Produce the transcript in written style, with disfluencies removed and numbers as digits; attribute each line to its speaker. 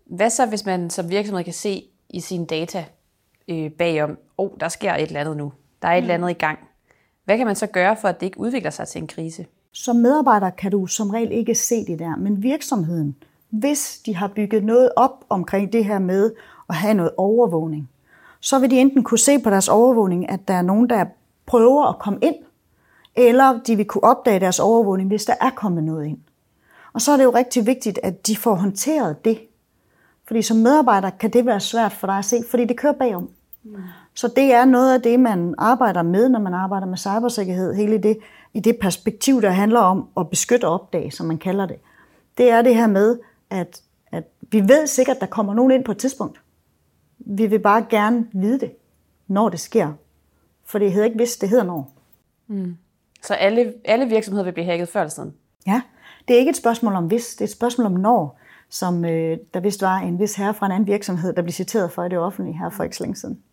Speaker 1: Hvad så, hvis man som virksomhed kan se i sine data bagom, der sker et eller andet nu, der er et eller andet i gang. Hvad kan man så gøre, for at det ikke udvikler sig til en krise?
Speaker 2: Som medarbejder kan du som regel ikke se det der, men virksomheden, hvis de har bygget noget op omkring det her med at have noget overvågning, så vil de enten kunne se på deres overvågning, at der er nogen, der prøver at komme ind, eller de vil kunne opdage deres overvågning, hvis der er kommet noget ind. Og så er det jo rigtig vigtigt, at de får håndteret det. Fordi som medarbejder kan det være svært for dig at se, fordi det kører bagom. Så det er noget af det, man arbejder med, når man arbejder med cybersikkerhed. Hele det, i det perspektiv, der handler om at beskytte og opdage, som man kalder det. Det er det her med, at vi ved sikkert, at der kommer nogen ind på et tidspunkt. Vi vil bare gerne vide det, når det sker. For det hedder ikke hvis, det hedder når.
Speaker 1: Så alle virksomheder vil blive hacket før eller siden?
Speaker 2: Ja, det er ikke et spørgsmål om hvis, det er et spørgsmål om når, som der vist var en vis herre fra en anden virksomhed, der blev citeret for i det offentlige her for ikke så længe siden.